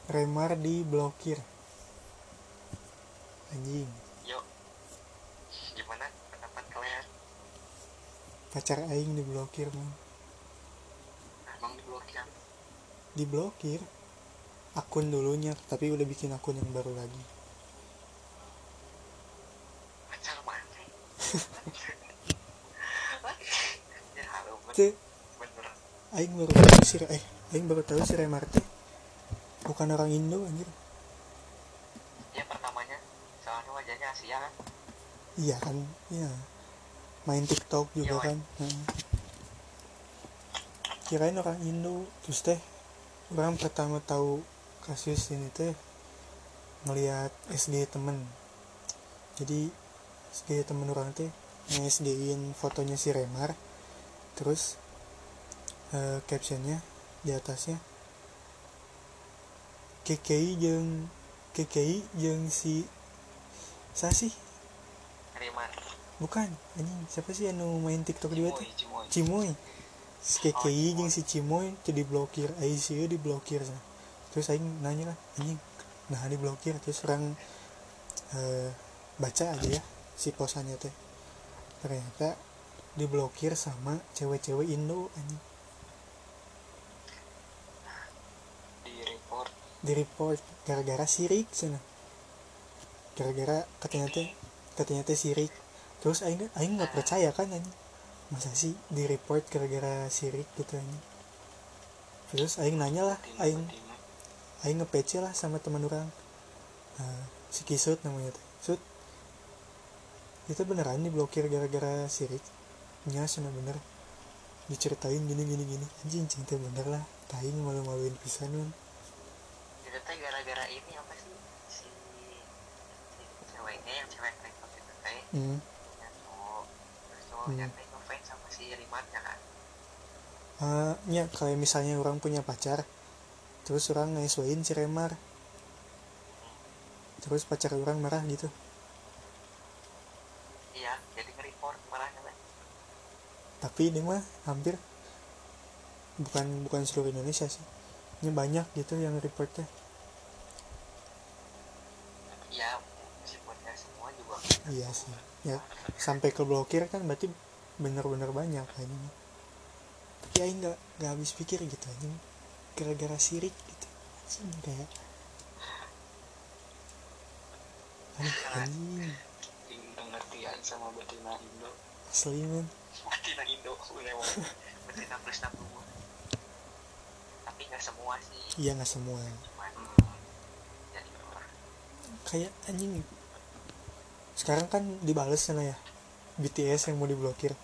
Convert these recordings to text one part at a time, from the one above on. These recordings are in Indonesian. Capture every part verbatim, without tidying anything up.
Remar diblokir. Anjing. Yuk, gimana pendapat kalian? Pacar aing diblokir, man. Emang diblokir? Diblokir akun dulunya, tapi udah bikin akun yang baru lagi. Pacar mana? Ya halo, Teh, bener. aing baru tahu si eh aing baru tahu si Remar teh bukan orang Indo anjir. Ya pertamanya, soalnya wajahnya Asia kan. Iya kan, iya. Main TikTok juga Iya, kan. Nah, kirain orang Indo. Terus teh orang pertama tahu kasus ini teh ngelihat S G temen. Jadi S G temen orang teh nge-S G-in fotonya si Remar. Terus eh, captionnya di atasnya K K I jeung K K I jeung si sa sih? Riman. Bukan, anjing siapa sih anu main TikTok juga teh? Cimoy, Cimoy. Cimoy. Si K K I Oh, Cimoy. jeung si Cimoy teh diblokir, I C U diblokir. Terus aing nanya lah, anjing nah diblokir. Terus orang eh, baca aja ya si posannya teh. Ternyata diblokir sama cewek-cewek Indo anjing. Di report. Di report gara-gara sirik sana. Gara-gara katanya teh katanya teh sirik. Terus aing aing nggak percaya kan anjing. Masa sih di report gara-gara sirik gitu anjing. Terus aing nanya lah, aing aing nge-P C lah sama teman orang. Uh, si Kisut namanya teh. Sut, itu beneran diblokir gara-gara sirik? Nya sana bener. Diceritain gini gini gini. Anjing cinta bener lah. Aing malu-maluin pisan man. Itu teh gara-gara ini apa sih? Si, si ceweknya yang cewek report itu teh. Hmm. Punya cowok. Terus cowoknya Hmm. teh ngefans sama si Rimannya kan. Uh, nya kayak misalnya orang punya pacar, terus orang ngesuain si Remar, terus pacar orang marah gitu. Iya, jadi nge-report marahnya kan. Tapi ini mah hampir bukan bukan seluruh Indonesia sih. Ini banyak gitu yang reportnya. Iya, meskipun gak semua juga. Iya sih. Ya sampai ke blokir kan berarti bener-bener banyak aja. Tapi aing nggak nggak habis pikir gitu aja. Gara-gara sirik gitu. Anjing kayak aneh anjing. Ting pengertian sama betina Indo. Asli man. Betina Indo, udah mau betina plus enam puluh. Tapi nggak semua sih. Iya nggak semua. Cuman jadi orang. Kayak anjing. Sekarang kan dibales sana ya. B T S yang mau diblokir.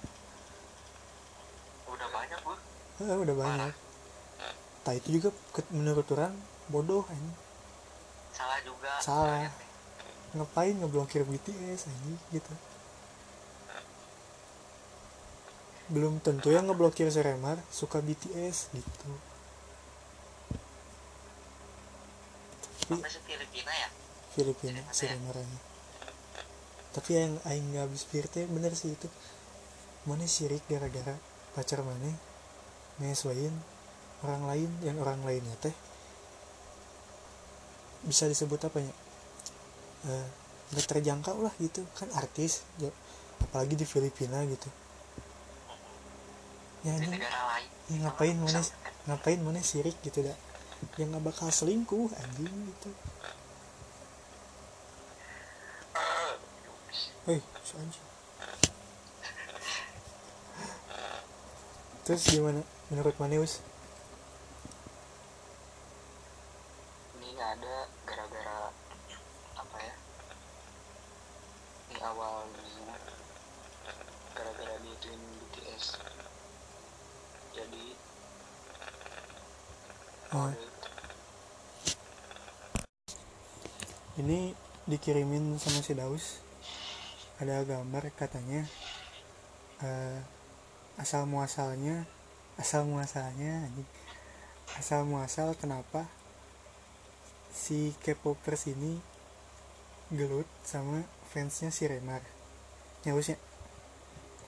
Udah banyak bu. Ah, udah banyak. Nah itu juga menurut orang bodoh anjing. Salah juga. Salah. Ngapain ngeblokir B T S anjing gitu. Belum tentu yang ngeblokir si Remar suka B T S gitu. Tapi apa sih Filipina ya? Filipina si Remarnya. Tapi yang aing gak habis pikir teh bener sih itu. Mana sirik gara-gara pacar mana ngesuain orang lain, yang orang lainnya teh bisa disebut apa ya? Uh, gak terjangkau lah gitu kan, artis ya, apalagi di Filipina gitu. Ya di ini negara lain. Ya, ngapain mana ngapain mana sirik gitu dah. Yang gak bakal selingkuh anjing gitu. Hei, si anjing. Terus gimana menurut Manius? Ini nggak ada gara-gara apa ya? Ini awalnya gara-gara diituin B T S. Jadi Oh. Ini dikirimin sama si Daus. Ada gambar katanya uh, asal muasalnya asal muasalnya asal muasal kenapa si K-popers ini gelut sama fansnya si Remar. Nyawusnya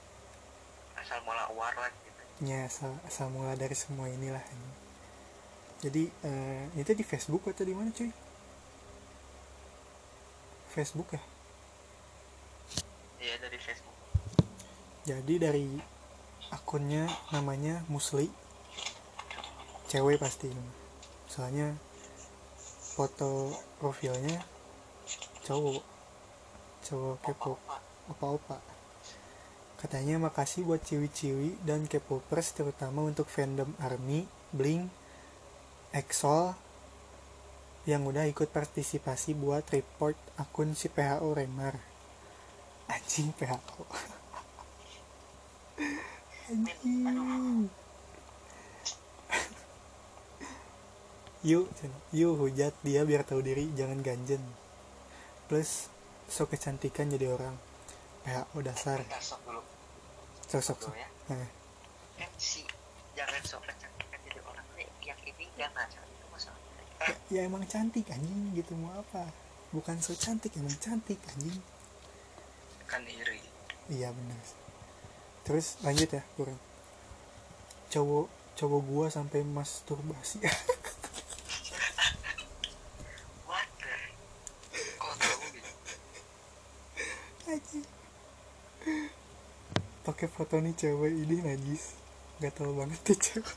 asal mula war lah gitu. Ya asal, asal mula dari semua inilah. Jadi uh, itu di Facebook atau di mana cuy? Facebook ya. Iya dari Facebook. Jadi dari akunnya namanya Musli, cewek pasti. Soalnya foto profilnya cowok, cowok K-pop, opa-opa. Katanya makasih buat ciwi-ciwi dan K-popers terutama untuk fandom ARMY, Blink, EXO yang udah ikut partisipasi buat report akun si P H O Remar. Anjing P H O. Anjing. Yuk, yuk hujat dia biar tahu diri, jangan ganjen. Plus sok kecantikan jadi orang. P H O dasar. Sok dulu. Sok sok sok. Ya. Nah. Kan si jangan sok kecantikan jadi orang yang ini jangan itu masalahnya. Ya, ya emang cantik anjing gitu mau apa? Bukan so cantik, emang cantik anjing. Kan iri. Iya benar. Terus lanjut ya, kurang. Cowok cowok gua sampai masturbasi. What the? Kok tahu gitu? Anjing. Pakai foto nih cewek ini najis. Gak tahu banget tuh cewek.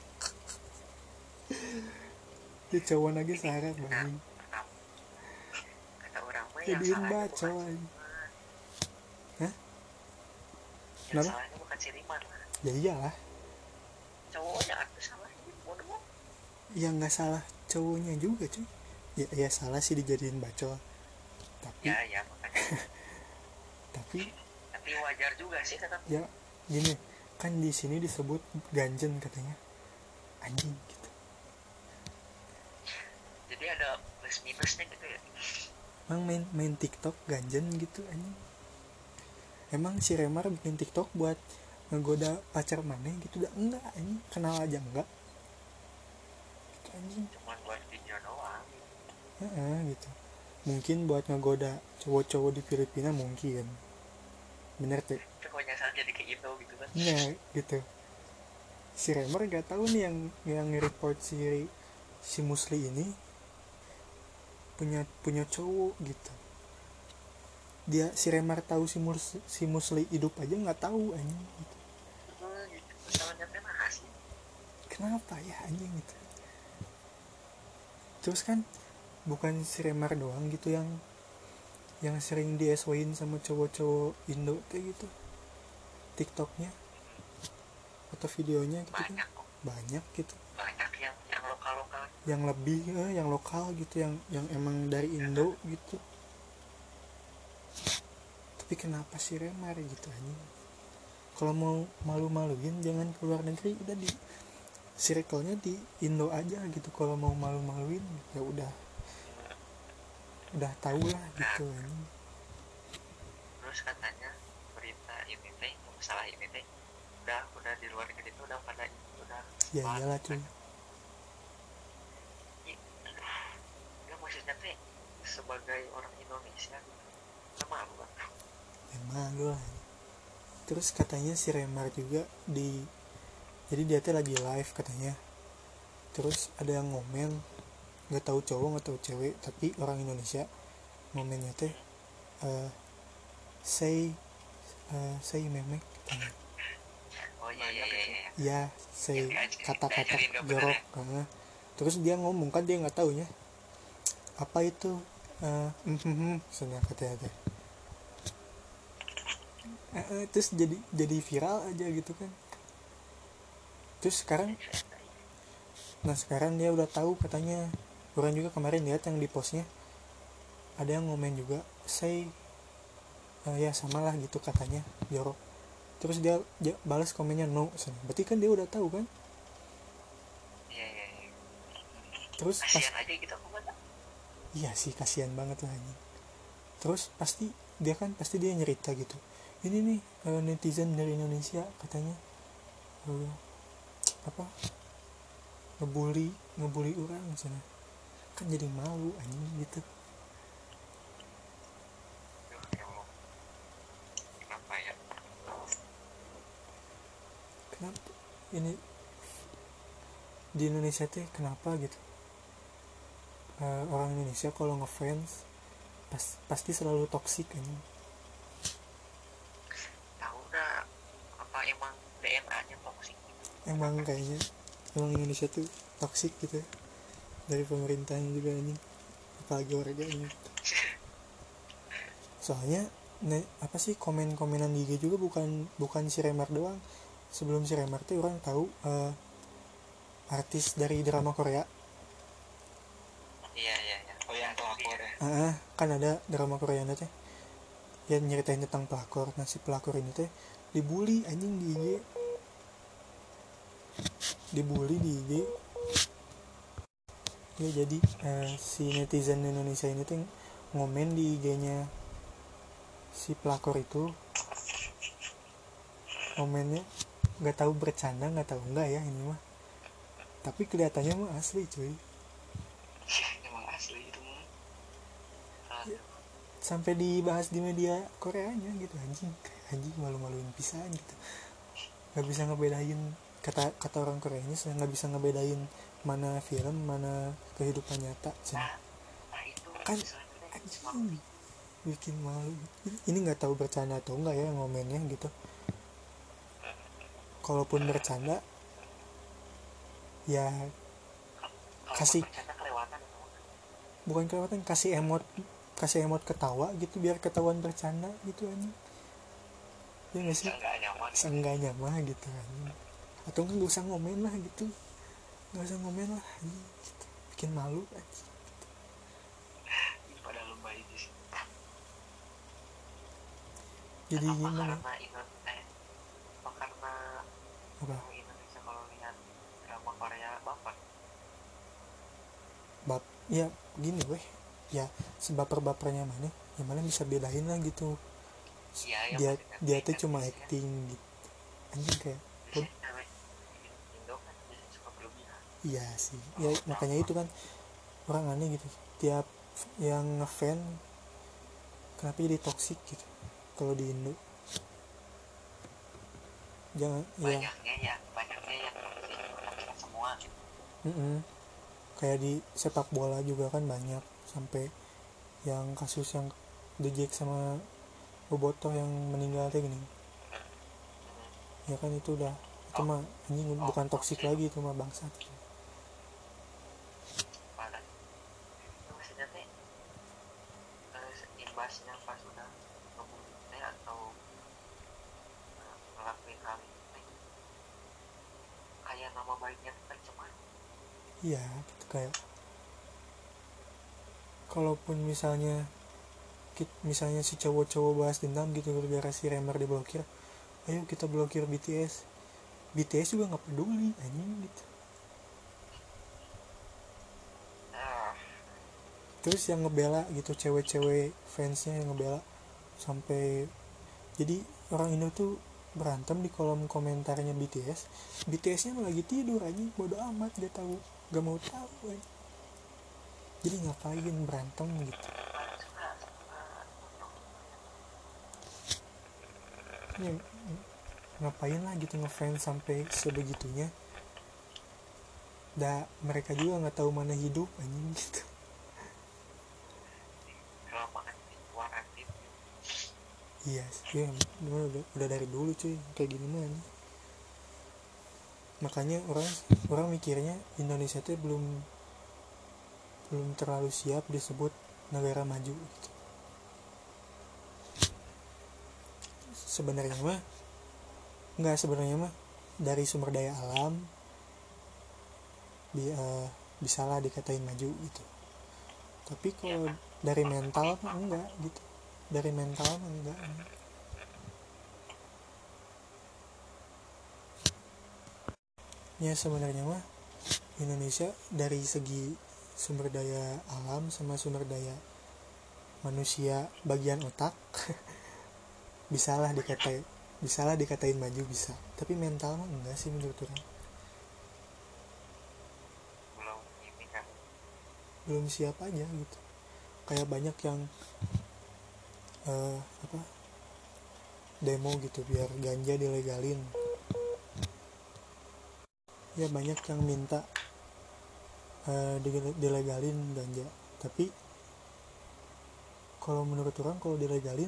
Dia cowok lagi syarat banget. Kata orang mah yang Jadiin salahnya baco bukan aja. Hah? Yang Kenapa? salahnya bukan si Riman lah. Ya iyalah. Cowoknya ada salahnya bodoh. Ya nggak salah cowoknya juga cuy. Ya, ya salah sih dijadiin bacol. Tapi Ya ya makanya. tapi Tapi wajar juga sih kata. Ya gini, kan di sini disebut ganjen katanya. Anjing gitu. Jadi ada plus minusnya gitu ya. Emang main main TikTok ganjen gitu anjing. Emang si Remar bikin TikTok buat ngegoda pacar mana gitu? Udah enggak anjing, kenal aja enggak. Gitu anjing. Cuman buat video doang. Heeh gitu. Mungkin buat ngegoda cowok-cowok di Filipina mungkin. Bener tuh. Pokoknya saat jadi kayak gitu gitu kan. Iya gitu. Si Remar gak tahu nih yang yang nge-report si si Musli ini punya punya cowok gitu. Dia si Remar tahu si Musli, si Musli hidup aja nggak tahu anjing gitu. Hmm, gitu. Masalahnya memang asli. Kenapa ya anjing gitu. Terus kan bukan si Remar doang gitu yang yang sering di S W-in sama cowok-cowok Indo kayak gitu. TikToknya atau videonya gitu Banyak kan. kok. Banyak gitu. Banyak yang yang lokal-lokal. Yang lebih eh, yang lokal gitu, yang yang emang dari Indo gitu. Tapi kenapa si Remar gitu anjing? Kalau mau malu-maluin jangan keluar negeri, udah di circle-nya di Indo aja gitu. Kalau mau malu-maluin ya udah udah tahu lah gitu anjing. Terus katanya berita ini teh masalah ini teh udah udah di luar negeri itu udah pada udah Ya iyalah cuy. Ya maksudnya teh sebagai orang Indonesia sama malu kan. Ya malu lah. Terus katanya si Remar juga di jadi dia tuh lagi live katanya. Terus ada yang ngomen, nggak tahu cowok nggak tahu cewek, tapi orang Indonesia. Ngomennya teh uh, say uh, say memek katanya. Oh iya iya iya. Ya say Ya, kata-kata diajarin nggak jorok. bener Uh, terus dia ngomong kan dia nggak taunya apa itu uh, mm, mm, mm, sana katanya teh. Uh, uh, terus jadi jadi viral aja gitu kan. Terus sekarang nah sekarang dia udah tahu katanya. Orang juga kemarin lihat yang di postnya ada yang ngomen juga say uh, ya samalah gitu katanya jorok. Terus dia, dia balas komennya no. Berarti kan dia udah tahu kan. Iya iya iya. Terus Kasian pas, aja gitu aku mana. iya sih kasihan banget lah ini. Terus pasti dia kan pasti dia nyerita gitu. Ini nih uh, netizen dari Indonesia katanya uh, apa ngebully ngebully orang sana. Kan jadi malu anjing gitu. Duh, ya Allah. Kenapa ya? Kenapa ini di Indonesia teh kenapa gitu? uh, orang Indonesia kalau ngefans pas, pasti selalu toksik kan. Tahu dah, apa emang D N A-nya toksik gitu. Emang kayaknya emang Indonesia tuh toksik gitu ya. Dari pemerintahnya juga ini, apalagi warganya gitu. Soalnya ne, apa sih komen-komenan di I G juga bukan bukan si Remar doang. Sebelum si Remar tuh orang tahu uh, artis dari drama Korea. Iya iya iya. Oh yang pelakor ya. Ah, uh, kan ada drama Korea teh yang nyeritain tentang pelakor. Nah si pelakor ini teh dibully anjing di I G. Dibully di I G. Ya jadi uh, si netizen Indonesia ini tuh ngomen di I G-nya si pelakor itu, komennya nggak tahu bercanda nggak tahu enggak ya ini mah, tapi kelihatannya mah asli cuy. Emang asli itu mah. Ya, sampai dibahas di media Koreanya gitu anjing, anjing malu-maluin pisan gitu. Nggak bisa ngebedain, kata kata orang Koreanya saya nggak bisa ngebedain mana film mana kehidupan nyata cina. Nah, nah itu Kan selanjutnya anjing bikin malu. Ini nggak tahu bercanda atau enggak ya ngomennya gitu. Kalaupun bercanda ya kalau kasih, bercanda kelewatan itu. bukan kelewatan, kasih emot kasih emot ketawa gitu biar ketahuan bercanda gitu anjing. Ya nggak sih, Nggak nyaman. seenggaknya mah gitu anjing. Atau nggak usah ngomen lah gitu, nggak usah ngomen lah anjing gitu. Bikin malu anjing. Pada lomba itu sih. Jadi Apa gimana karena Indo eh apa karena apa orang Indonesia kalau lihat drama Korea baper. bab ya gini weh, ya sebaper-bapernya mana ya mana bisa bedain lah gitu. Iya ya dia pasti dia ngerti tuh kan cuma biasanya. acting gitu anjing kayak oh, Biasanya cewek Indo kan biasanya suka berlebihan. iya sih ya, makanya itu kan orang aneh gitu, tiap yang ngefan kenapa jadi toksik gitu kalau di Indo. Jangan ya, Banyaknya ya banyaknya yang toksik, toksik semua gitu. mm-mm. Kayak di sepak bola juga kan banyak, sampai yang kasus yang The Jack sama Bobotoh yang meninggal teh gini ya kan, itu udah itu Oh mah anjing oh bukan toksik maksudnya lagi, itu mah bangsat. pada itu maksudnya teh eh, imbasnya pas udah ngebunuh teh atau eh, ngelakuin hal itu teh kayak nama baiknya tuh tercemar. Iya gitu, kayak kalaupun misalnya misalnya si cowok-cowok bahas dendam gitu gara-gara si Remar diblokir, ayo kita blokir B T S. B T S juga nggak peduli anjing gitu. Ah, Terus yang ngebela gitu, cewek-cewek fansnya yang ngebela sampai jadi orang Indo tuh berantem di kolom komentarnya B T S. B T S-nya lagi tidur anjing, bodo amat, gak tahu, gak mau tahu anjing. Jadi ngapain berantem gitu ya, ngapain lah gitu ngefans sampai sebegitunya. Da mereka juga nggak tahu mana hidup anjing gitu. kelamaan kuarantin gitu. Iya sih ya, udah, udah dari dulu cuy kayak gini mah. Makanya orang orang mikirnya Indonesia tuh belum belum terlalu siap disebut negara maju gitu. Sebenarnya mah nggak, sebenarnya mah dari sumber daya alam bi, uh, bisalah dikatain maju gitu. Tapi Iya kalau kan dari pas mental pakai mah fakta enggak gitu. Dari mental mah enggak. Ya sebenarnya mah Indonesia dari segi sumber daya alam sama sumber daya manusia bagian otak bisalah dikatain bisalah dikatain maju bisa, tapi mental mah enggak sih menurut orang. belum ini kan. Belum siap aja gitu. Kayak banyak yang uh, apa demo gitu biar ganja dilegalin. Ya banyak yang minta uh, dilegalin ganja. Tapi kalau menurut orang kalau dilegalin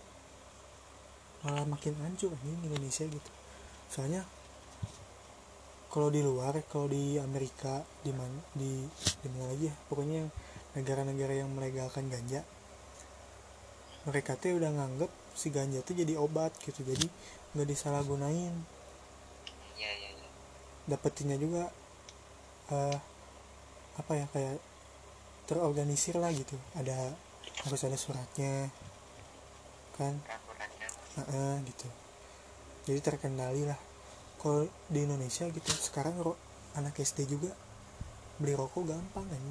malah makin hancur ini Indonesia gitu. Soalnya kalau di luar, kalau di Amerika, di mana di di mana lagi ya, pokoknya negara-negara yang melegalkan ganja, mereka tuh udah nganggep si ganja tuh jadi obat gitu, jadi nggak disalahgunain. Iya iya iya. Dapetinnya juga uh, apa ya, kayak terorganisir lah gitu, ada harus ada suratnya kan, Peraturannya. uh-uh, gitu, jadi terkendali lah. Kalau di Indonesia gitu sekarang ro- anak S D juga beli rokok gampang kan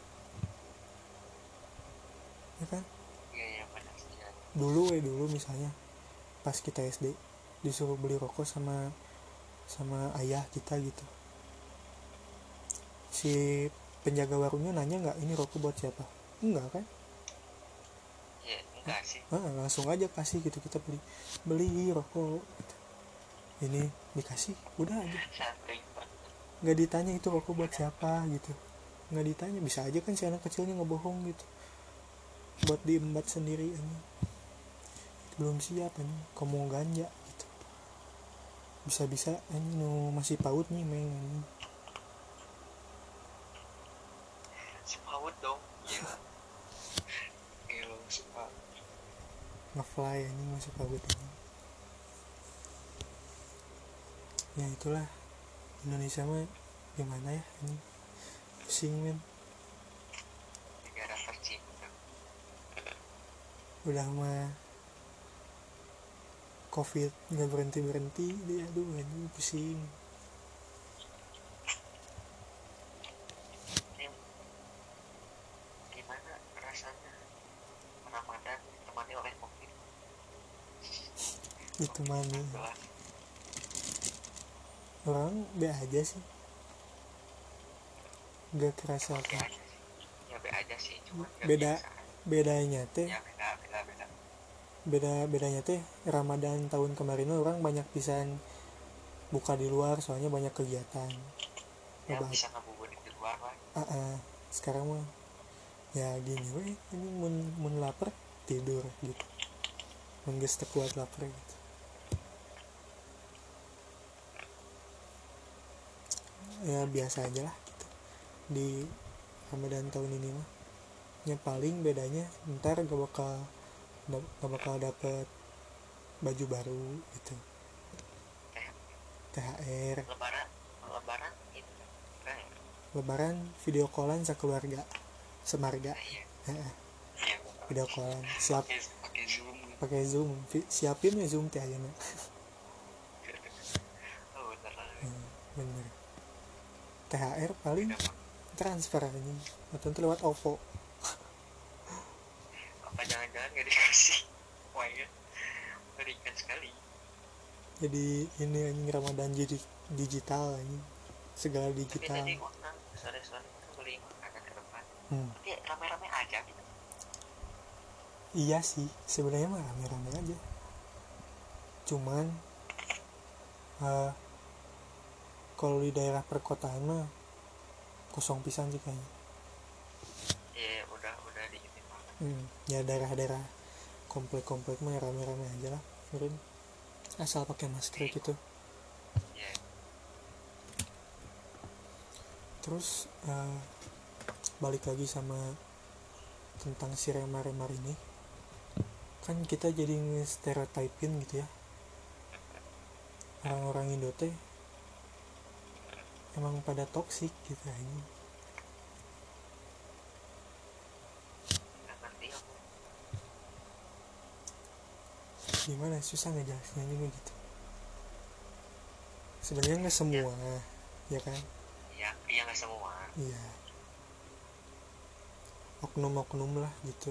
ya kan. Iya iya benar sih. Dulu eh dulu misalnya pas kita S D disuruh beli rokok sama sama ayah kita gitu, si penjaga warungnya nanya nggak ini rokok buat siapa, enggak kan. Iya enggak sih. Ah, langsung aja kasih gitu, kita beli beli rokok gitu. Ini dikasih udah aja, Santai banget. nggak ditanya itu rokok buat siapa gitu, nggak ditanya. Bisa aja kan si anak kecilnya ngebohong gitu buat diembat sendiri ini, belum siap ini kamu ganja gitu, bisa-bisa ini no masih paut nih meng Sepaut dong. Iya. Gila sepaut. ngefly ini masih paut ini. Ya itulah Indonesia mah gimana ya ini, pusing men. Negara tercinta. Udah mah covid nggak berhenti berhenti dia, aduh ini pusing. Ini gimana rasanya Ramadan ditemani oleh covid? Itu mana Itulah. orang be aja sih, nggak kerasa Emang be apa. aja sih. Ya be aja sih, cuma nggak Beda biasa aja. bedanya teh, Ya beda beda beda. beda bedanya teh Ramadan tahun kemarin orang banyak pisan buka di luar soalnya banyak kegiatan. Ya Lebat. bisa ngabuburit di luar lah. Ah, ah. Sekarang mah ya gini weh, ini mun mun lapar tidur gitu, mun geus teu kuat lapar gitu. Ya biasa aja lah gitu di Ramadan tahun ini mah. Yang paling bedanya ntar gak bakal gak bakal dapet baju baru gitu, Kayak T H R. lebaran lebaran itu kan ya. Lebaran video callan sakeluarga semarga. Nah, iya. Heeh, Iya. video callan siap Pakai pakai zoom gitu. pakai zoom, siapin ya zoom teh ayeuna. Oh bener lah. Hmm, bener. T H R paling Beda banget. transfer aja atau itu lewat OVO. Apa jangan-jangan gak dikasih? Wah ya, mengerikan sekali. Jadi ini anjing Ramadan jadi digital anjing, segala Tapi digital. tadi orang sore-sore itu beli makanan ke depan. Hmm. Tapi rame-rame aja gitu. Iya sih sebenarnya mah rame-rame aja, cuman uh, kalau di daerah perkotaan mah kosong pisan sih kayaknya. Iya udah udah diinin banget. Hmm. Ya daerah-daerah komplek-komplek mah rame-rame aja lah mungkin, asal pakai masker gitu. Iya. Terus uh, balik lagi sama tentang si remar-remar ini, kan kita jadi nge-stereotypin gitu ya, orang-orang Indo teh emang pada toksik gitu ini. Nggak ngerti aku. Gimana susah ngejelasinnya juga gitu. Sebenarnya nggak semua, ya. Ya kan? Iya iya nggak semua. Iya. Oknum-oknum lah gitu.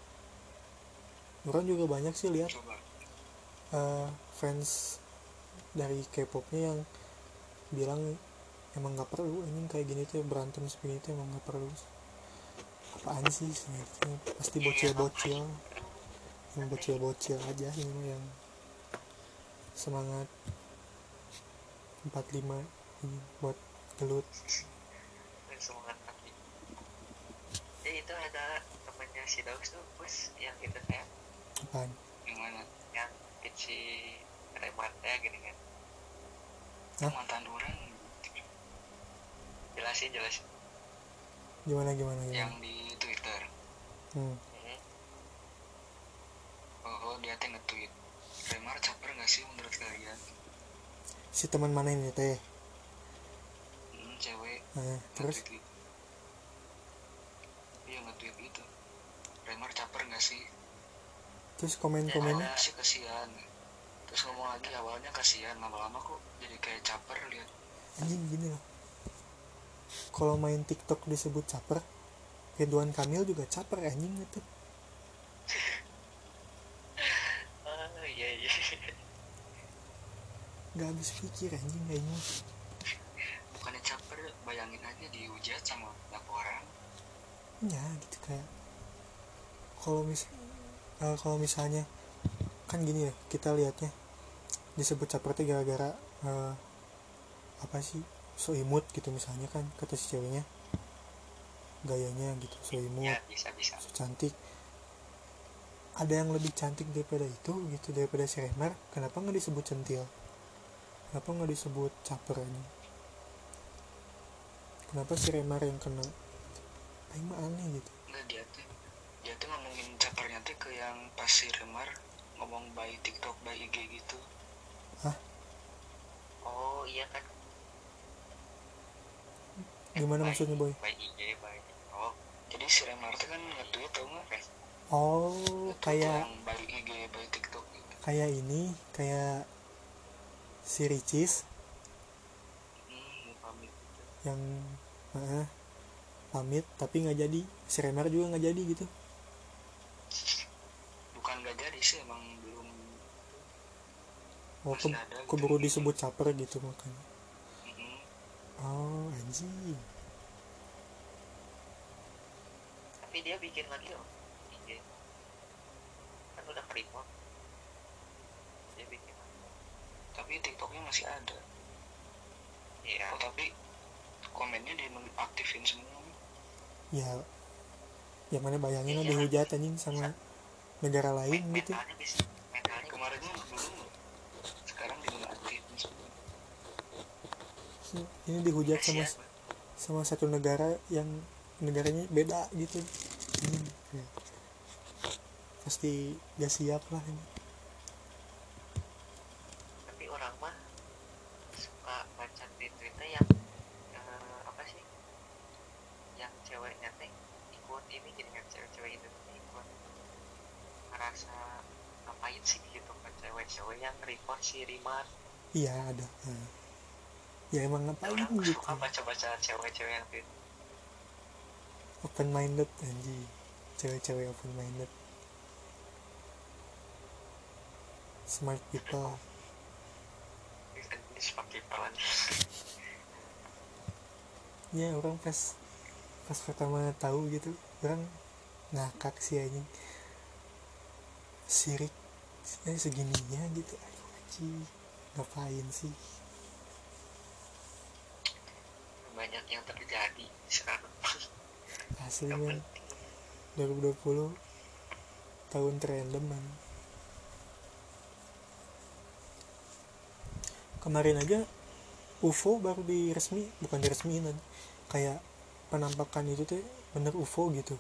Orang juga banyak sih lihat Coba. uh, fans dari K-popnya yang bilang emang nggak perlu anjing kayak gini tuh, berantem seperti itu emang nggak perlu. Apaan sih sebenarnya, pasti bocil-bocil, yang bocil-bocil aja ini mah yang semangat empat puluh lima ini buat gelut. Semangat itu ada temannya si Daus tuh bos yang itu kayak apaan? yang mana yang si remarknya gini kan. Hah? Mantan orang jelasin jelasin Gimana gimana gimana? yang di Twitter Hmm. oh dia teh nge-tweet Remar caper nggak sih menurut kalian? Si teman mana ini teh? Hmm, cewek Nah, terus nge-tweet gitu. Iya nge-tweet gitu Remar caper nggak sih? terus komen-komennya Ya, sih kasihan. Terus ngomong lagi awalnya kasihan, lama-lama kok jadi kayak caper lihat. anjing gini loh. Kalau main TikTok disebut caper, Ridwan Kamil juga caper anjing itu. Oh iya iya. Gak habis pikir anjing kayaknya. Bukannya caper, bayangin aja dihujat sama banyak orang. Ya gitu kayak. Kalau mis, uh, kalau misalnya kan gini ya kita lihatnya disebut caper tuh gara-gara uh, apa sih so imut gitu misalnya kan kata si ceweknya gayanya gitu so imut Ya bisa bisa. so cantik. Ada yang lebih cantik daripada itu gitu daripada si Remar, kenapa nggak disebut centil, kenapa nggak disebut caper ini, kenapa si Remar yang kena? Aing mah aneh gitu. Enggak dia tuh dia tuh ngomongin capernya tuh ke yang pas si Remar ngomong by TikTok by I G gitu. Hah? Oh iya kan. Gimana by, maksudnya boy? by I G by. Oh jadi si Remar tuh kan nge-tweet tau nggak kan? Oh Nge-tweet kayak yang by I G by TikTok gitu. kayak ini kayak si Ricis Hmm, pamit gitu. yang uh, pamit tapi nggak jadi, si Remar juga nggak jadi gitu. Bukan nggak jadi sih emang belum Oh masih ke, ada gitu. keburu disebut caper gitu makanya. Mm-hmm. Oh anjing. Tapi dia bikin lagi loh I G kan udah ke-report dia bikin lagi tapi TikToknya masih ada. Iya. Oh, tapi komennya dinonaktifin semua. Ya ya mana bayangin Ya, lah ya, dihujat anjing sama bisa. negara lain Men- gitu. mentalnya bisa mentalnya kemarin dulu sekarang dinonaktifin semua. Ini dihujat sama Kasihan sama satu negara yang negaranya beda gitu. Hmm, ya. Pasti gak siap lah ini. tapi orang mah suka baca di Twitter yang eh, apa sih yang ceweknya teh ikut ini jadi kan cewek-cewek Indonesia ikut ngerasa ngapain sih gitu kan cewek-cewek yang report si Rimar. Iya ada. Nah. Ya emang ngapain orang gitu. suka baca-baca cewek-cewek yang tweet Open minded anjing. Cewek-cewek open minded. Smart people. ini seperti pelan. Ya orang pas pas pertama tahu gitu orang ngakak sih anjing. Sirik eh, segininya gitu. Aduh anjing. Ngapain sih? Banyak yang terjadi sekarang. Asli Yang men. penting dua ribu dua puluh tahun terendam man. Kemarin aja U F O baru diresmi, bukan diresmiin aja. Kayak penampakan itu tuh bener U F O gitu.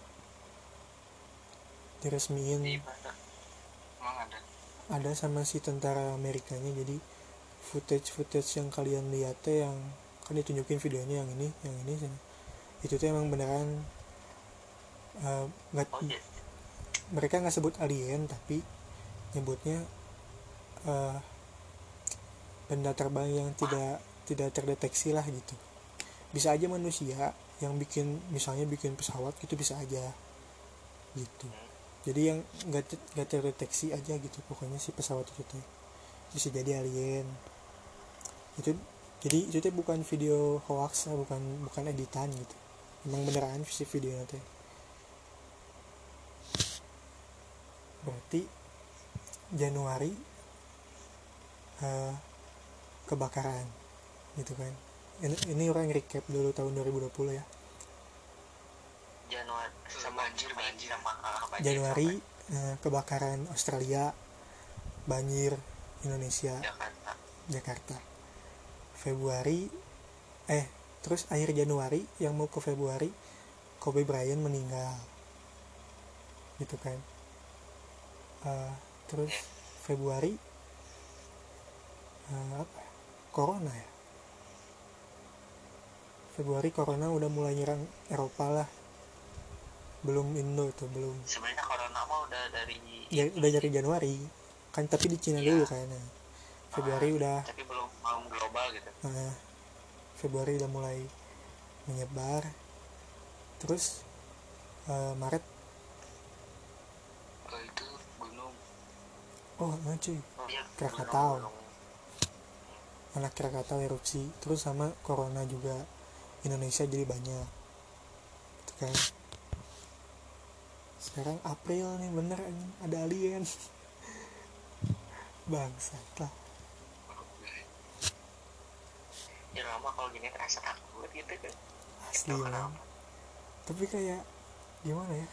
Diresmiin. di mana emang ada Ada sama si tentara Amerikanya, jadi footage-footage yang kalian lihat tuh yang kan ditunjukin videonya yang ini, yang ini sini. Itu tuh emang beneran uh, gak, oh ya mereka nggak sebut alien tapi nyebutnya uh, benda terbang yang tidak tidak terdeteksi lah gitu. Bisa aja manusia yang bikin misalnya bikin pesawat gitu, bisa aja gitu. Jadi yang nggak nggak terdeteksi aja gitu pokoknya si pesawat itu tuh bisa jadi alien. Itu jadi itu tuh bukan video hoax, bukan bukan editan gitu. Emang beneran si video nanti. Berarti Januari uh, kebakaran gitu kan. Ini, ini orang recap dulu tahun dua ribu dua puluh ya. Januari sama banjir banjir sama uh, banjir Januari sama eh, kebakaran Australia, banjir Indonesia, Jakarta. Jakarta. Februari eh terus akhir Januari yang mau ke Februari Kobe Bryant meninggal gitu kan. Uh, terus Februari uh, apa ya? Corona ya. Februari corona udah mulai nyerang Eropa lah. Belum Indo tuh, belum. Sebenarnya corona mah udah dari Ya, udah dari Januari. Kan tapi di Cina ya. dulu kayaknya. Februari uh, udah tapi belum belum global gitu. Uh, Februari udah mulai menyebar. Terus uh, Maret oh itu gunung oh nah cuy Oh, iya, Krakatau, gunung, gunung. anak Krakatau erupsi. Terus sama corona juga Indonesia jadi banyak itu kan. Sekarang April nih bener ada alien. Bangsat lah. Ya lama kalau gini terasa takut gitu kan. Asli Itu man. kenapa? Tapi kayak gimana ya,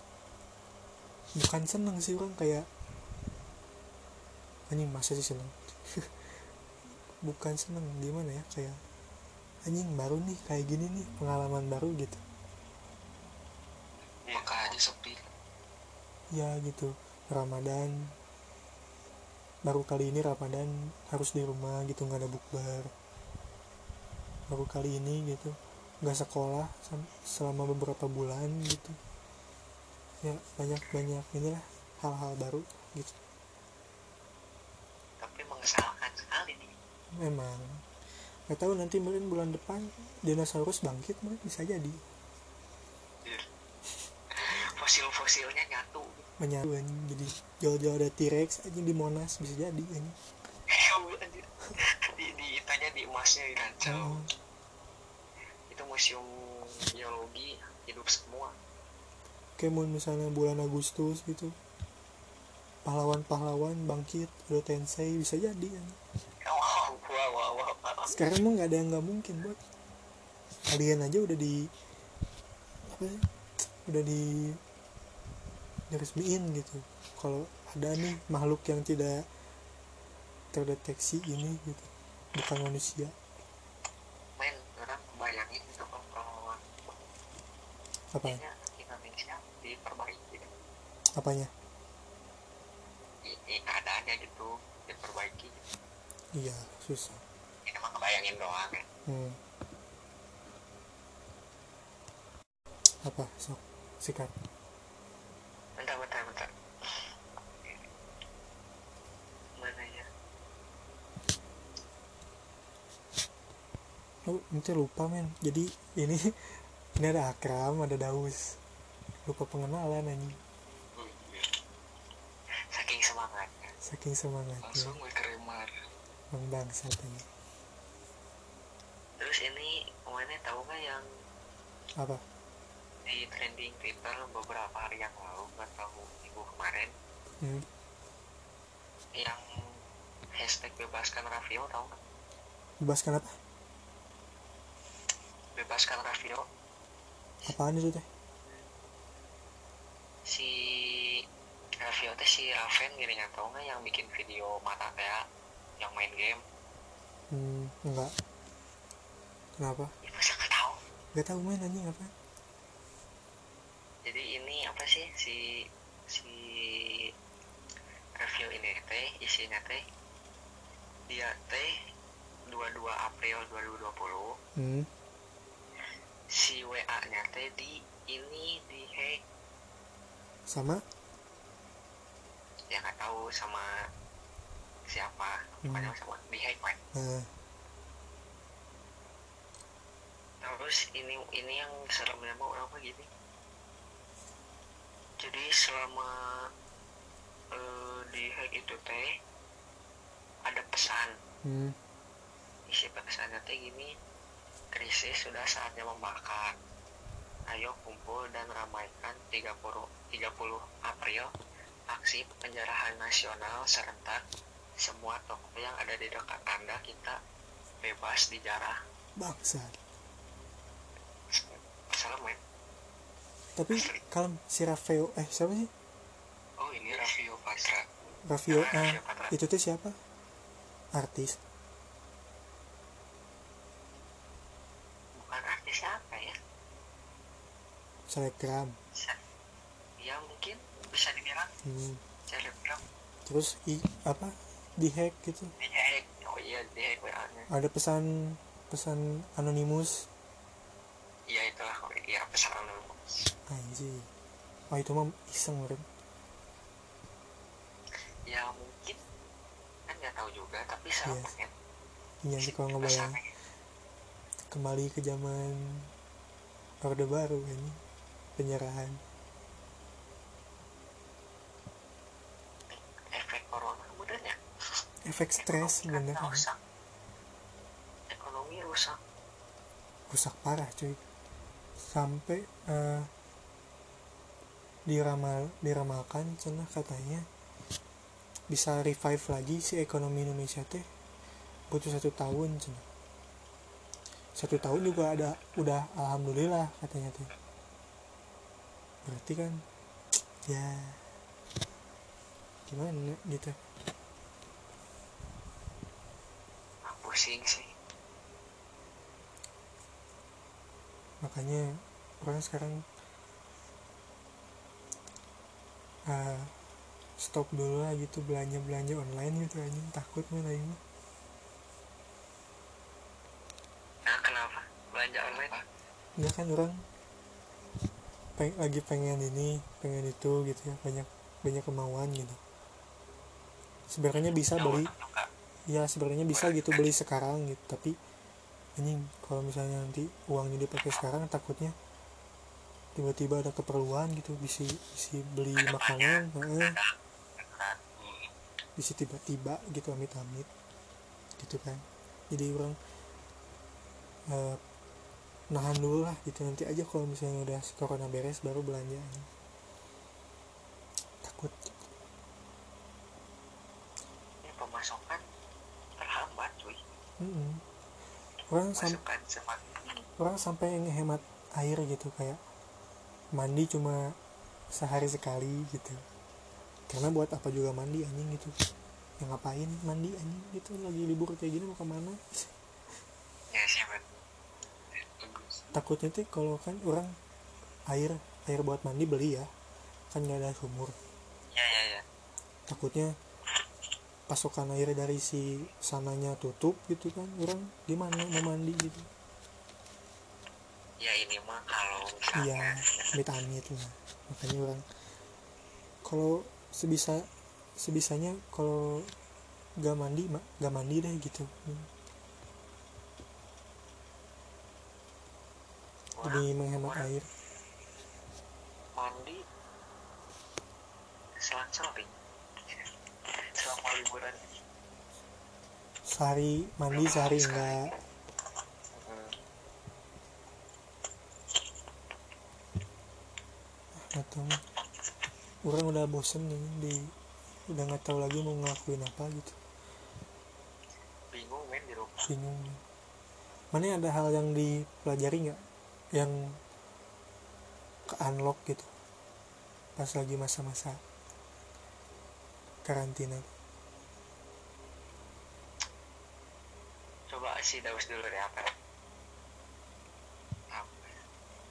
bukan seneng sih orang, kayak anjing masa sih seneng. Bukan seneng, gimana ya, kayak anjing baru nih kayak gini nih, pengalaman baru gitu Ya, maka aja sepi ya gitu. Ramadan baru kali ini Ramadan harus di rumah gitu, nggak ada bukber. Baru kali ini gitu nggak sekolah selama beberapa bulan gitu ya. Banyak-banyak inilah hal-hal baru gitu. tapi mengesalkan sekali nih. Memang nggak tahu nanti mungkin bulan depan dinosaurus bangkit, mungkin bisa jadi Fosil-fosilnya nyatu. menyatu anjing. Jadi jauh-jauh ada T-Rex aja di Monas, bisa jadi anjing. di di tanya di emasnya di kacau. Oh, itu museum biologi hidup semua. kayak mau misalnya bulan Agustus gitu, pahlawan-pahlawan bangkit, ada Tensei, bisa jadi anjing. Wow, wow, wow, wow. Sekarang mah nggak ada yang nggak mungkin buat alien aja udah di apa sih, udah di diresmiin gitu. Kalau ada nih makhluk yang tidak terdeteksi ini gitu, bukan manusia. Men, orang bayangin itu kalau Apa kayaknya Indonesia diperbaiki gitu. apanya? Ini keadaannya gitu diperbaiki. Iya susah. Ini emang kebayangin doang ya. hmm. Apa sok sikat. Bentar, bentar, bentar. Mana ya? Oh nanti lupa men. Jadi ini ini ada Akram, ada Daus, lupa pengenalan anjing. Saking semangatnya. Saking semangatnya langsung gue ke Remar bang bangsa tadi. Terus ini mana tahu nggak yang Apa? di trending Twitter beberapa hari yang lalu, nggak tahu minggu kemarin, hmm. yang hashtag bebaskan Raffio, tahu nggak? Bebaskan apa? Bebaskan Raffio. Apaan itu teh? Si Raffio teh si Raven gini, nggak tahu nggak yang bikin video mata teh yang main game? hmm, enggak. Kenapa? Ya, masa nggak tahu? Gak tahu main anjing apa. Jadi ini apa sih si si review ini teh isinya teh dia teh dua puluh dua April dua ribu dua puluh hmm. si W A-nya teh di ini di hack. Sama Ya nggak tahu sama siapa, pokoknya hmm. sama di hack kan. Nah, Terus ini ini yang seremnya mau apa gini. Jadi selama uh, di hack itu teh ada pesan. hmm. Isi pesannya teh gini, krisis sudah saatnya membakar. Ayo kumpul dan ramaikan tiga puluh April aksi penjarahan nasional serentak. Semua toko yang ada di dekat Anda kita bebas dijarah. Bangsa. Salam men. Tapi kalau si Rafael eh siapa sih? Oh ini Raffio Pasra. Raffio Ah, ah Raffio Patra. itu tuh siapa? Artis. Bukan artis apa ya? Selebgram. Bisa, ya mungkin bisa dibilang Hmm. selebgram. Terus i apa di hack gitu. Dihack. Oh iya dihack W A-nya. Ada pesan pesan anonimus. Iya itulah. Oh iya pesan anonimus. Anjir. Oh itu mah iseng orang. Ya mungkin kan nggak tahu juga tapi Iya. sama kan. Iya sih kalau ngebayang kembali ke zaman Orde Baru ini penyerahan. Efek corona bener ya. Efek stres Ekonomi bener kan kan. rusak. Ekonomi rusak. Rusak parah cuy. Sampai uh, diramal diramalkan cenah katanya bisa revive lagi si ekonomi Indonesia teh butuh satu tahun cenah. Satu tahun juga ada udah alhamdulillah katanya teh. Berarti kan ya gimana gitu. Ah, pusing sih. Makanya orang sekarang uh, stop dulu lah gitu belanja belanja online gitu aja, takut mah lain mah. Nah kenapa belanja online? Ya kan orang peng, lagi pengen ini pengen itu gitu ya, banyak banyak kemauan gitu. Sebenarnya bisa Ya, beli, untuk juga. ya sebenarnya bisa gitu beli sekarang gitu, tapi anjing kalau misalnya nanti uangnya dipakai sekarang takutnya tiba-tiba ada keperluan gitu, bisa bisa beli Ada makanan, heeh, Kan? Hmm. bisa tiba-tiba gitu amit-amit gitu kan. Jadi orang eh, nahan dulu lah gitu, nanti aja kalau misalnya udah corona beres baru belanja. Takut. Ini pemasukan terhambat cuy. Mm-mm. Orang sam- Pemasukan semakin orang sampai ngehemat air gitu, kayak mandi cuma sehari sekali gitu, karena buat apa juga mandi anjing gitu, yang ngapain mandi anjing gitu, lagi libur kayak gini mau kemana. ya sih bener. Bagus. Takutnya tuh kalau kan orang air air buat mandi beli ya kan, nggak ada sumur, Ya ya ya. takutnya pasokan air dari si sananya tutup gitu kan, orang gimana mau mandi gitu. Ya ini mah kalau Iya, misalnya amit-amit lah. Makanya orang kalau sebisa sebisanya kalau gak mandi mak gak mandi deh gitu, orang demi menghemat orang air. mandi selang-seling selama liburan. Sehari mandi Berapa sehari hari sekali? enggak. Hmm. Atau orang udah bosen nih di, udah nggak tahu lagi mau ngelakuin apa gitu, Bingung men di rumah. bingung. Mana ada hal yang dipelajari nggak yang ke unlock gitu pas lagi masa-masa karantina? Coba si Daus dulu deh apa? Apa ya?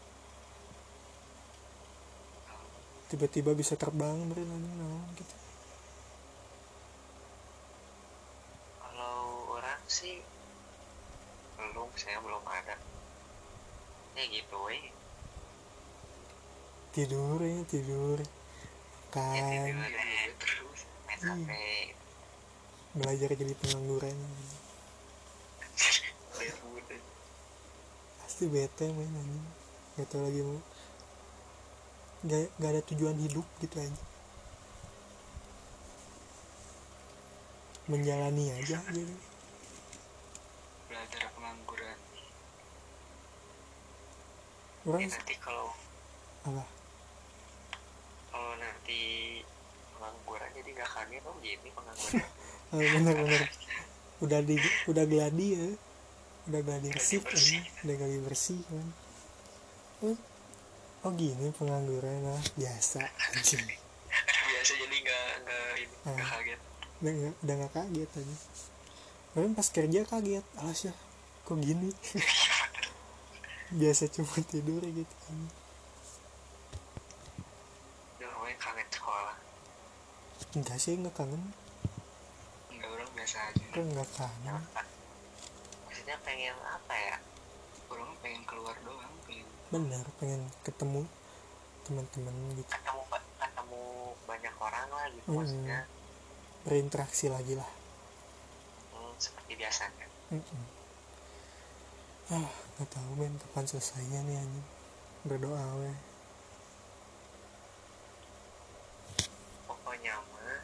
Tiba-tiba bisa terbang berenang gitu. Kalau orang sih belum, saya belum ada. Ya gitu weh. Tidur ya tidur Ya kan, tidur deh terus main H P. belajar jadi pengangguran Lihat udah. pasti bete main anjing, nggak tahu lagi mau, nggak nggak ada tujuan hidup gitu aja, menjalani aja gitu. Belajar pengangguran. Orang Ya nanti kalau apa kalau nanti pengangguran jadi nggak kaget oh gini pengangguran. oh, bener-bener udah di udah gladi ya, udah gladi bersih bersih. kan, udah gladi bersih kan. Oh, Oh gini pengangguran lah biasa anjing. Biasa jadi nggak nggak ini Ah. nggak kaget. Udah nggak udah nggak kaget aja. Tapi pas kerja kaget, alas ya kok gini. Biasa cuma tidur gitu kan. Duh, gue kangen sekolah. Enggak sih, nggak kangen. Nggak, orang biasa aja. Kan nggak kangen. Maksudnya pengen apa ya? Orang pengen keluar doang, pengen Benar, pengen ketemu teman-teman gitu. Ketemu ketemu banyak orang lah gitu Mm-mm. maksudnya. Berinteraksi lagi lah. Hmm, seperti biasanya. Mm-mm. Ah, nggak tahu men kapan selesainya nih anjing. Berdoa weh. Pokoknya mah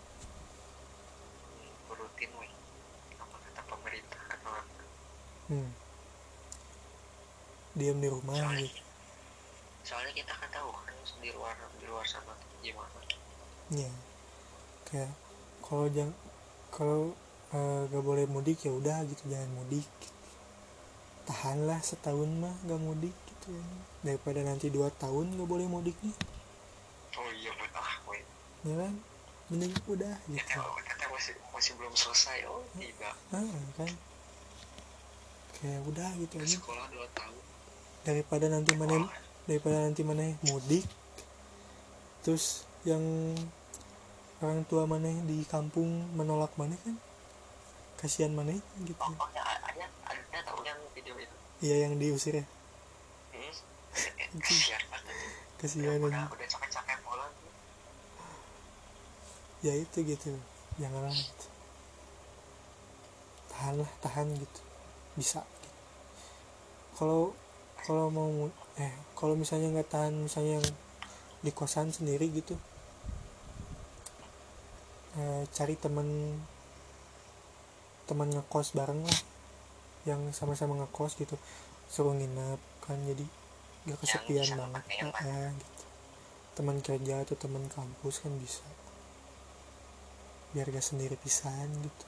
hmm, rutin weh. Apa kata pemerintah atau apa? Hmm. Diam di rumah Soalnya, gitu. soalnya kita kan tahu kan di luar di luar sana tuh gimana. Iya. Kayak kalau jangan kalau eh, gak boleh mudik ya udah gitu, jangan mudik. Tahanlah setahun mah gak mudik gitu ya. Daripada nanti dua tahun gak boleh mudik nih. Oh iya betul ah weh. Ya kan? Mending udah gitu. Kita, kita masih masih belum selesai. Oh tidak. Ah, kan? Kayak udah gitu aja. sekolah dua tahun. Daripada nanti mana daripada nanti mana mudik terus yang orang tua mana di kampung menolak mana kan kasihan mana gitu. Oh ya ada ada tahu yang video itu. Iya yang diusir ya, Hmm. Kasihan banget. kasihan Udah aja. udah capek-capek pulang. Ya itu gitu, janganlah gitu. Tahanlah, tahan gitu, bisa gitu. Kalau kalau mau eh kalau misalnya nggak tahan, misalnya yang di kosan sendiri gitu, eh, cari teman teman ngekos bareng lah, yang sama-sama ngekos gitu, suruh nginep kan, jadi gak kesepian bisa banget. pakai yang Nah, eh, gitu. Teman kerja atau teman kampus kan bisa, biar gak sendiri pisan gitu.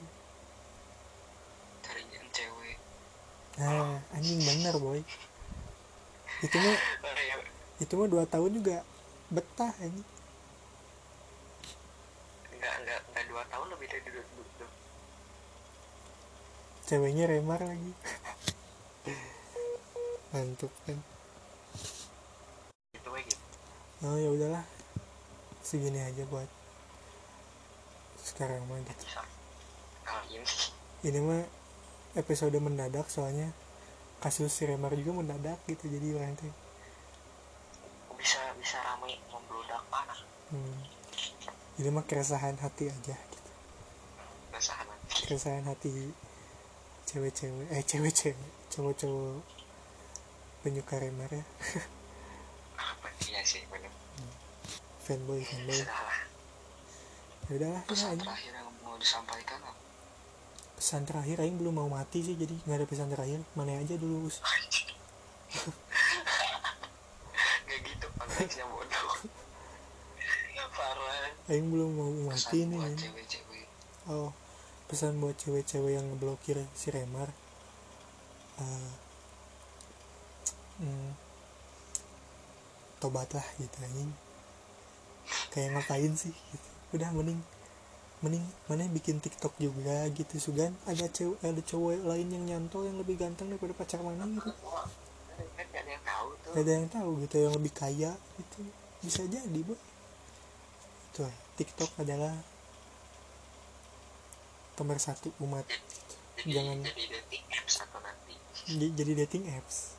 Cari yang cewek. Nah anjing bener boy, itu mah itu mah dua tahun juga betah anjing. Enggak enggak enggak dua tahun lebih dari dua dua. Ceweknya remar lagi. Mantap kan. Itu weh gitu. Oh ya udahlah, segini aja buat sekarang mah gitu. Bisa. Kali ini Ini mah episode mendadak soalnya kasus si Remar juga mendadak gitu, jadi orang teh bisa bisa ramai membludak parah. hmm. Ini mah keresahan hati aja gitu. Keresahan nanti. Keresahan hati cewek-cewek eh cewek-cewek cowok-cowok penyuka Remar ya. Apa iya sih benar. Fanboy fanboy. Sudah lah. Ya udahlah ya, Pesan ini terakhir yang mau disampaikan apa? pesan terakhir aing belum mau mati sih, jadi nggak ada pesan terakhir. Mana aja dulu Us. Nggak gitu konteksnya bodoh. Parah. Aing belum mau mati Pesan nih. buat cewek-cewek. Oh, pesan buat cewek-cewek yang ngeblokir si Remar, uh, hmm, tobatlah gitu anjing. Kayak ngapain sih gitu. Udah mending mending mana bikin TikTok juga gitu sugan, ada cewek ada cowok lain yang nyantol yang lebih ganteng daripada pacar mana gitu. Kan nggak ada yang tahu tuh. Gak ada yang tahu gitu, yang lebih kaya gitu, bisa jadi boy. Tuh TikTok adalah pemersatu umat. Jadi, Jangan jadi dating apps atau nanti. j- jadi dating apps.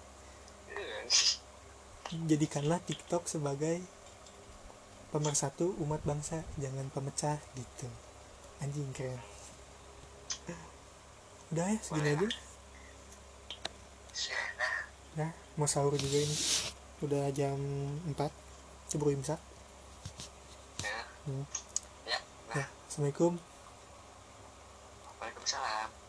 Jadikanlah TikTok sebagai pemersatu umat bangsa, jangan pemecah gitu. Anjing keren. Udah ya segini aja. Nah, mau sahur juga ini. Udah jam empat. Keburu imsak. Ya. Hmm. Ya. Ya, Assalamualaikum. Waalaikumsalam.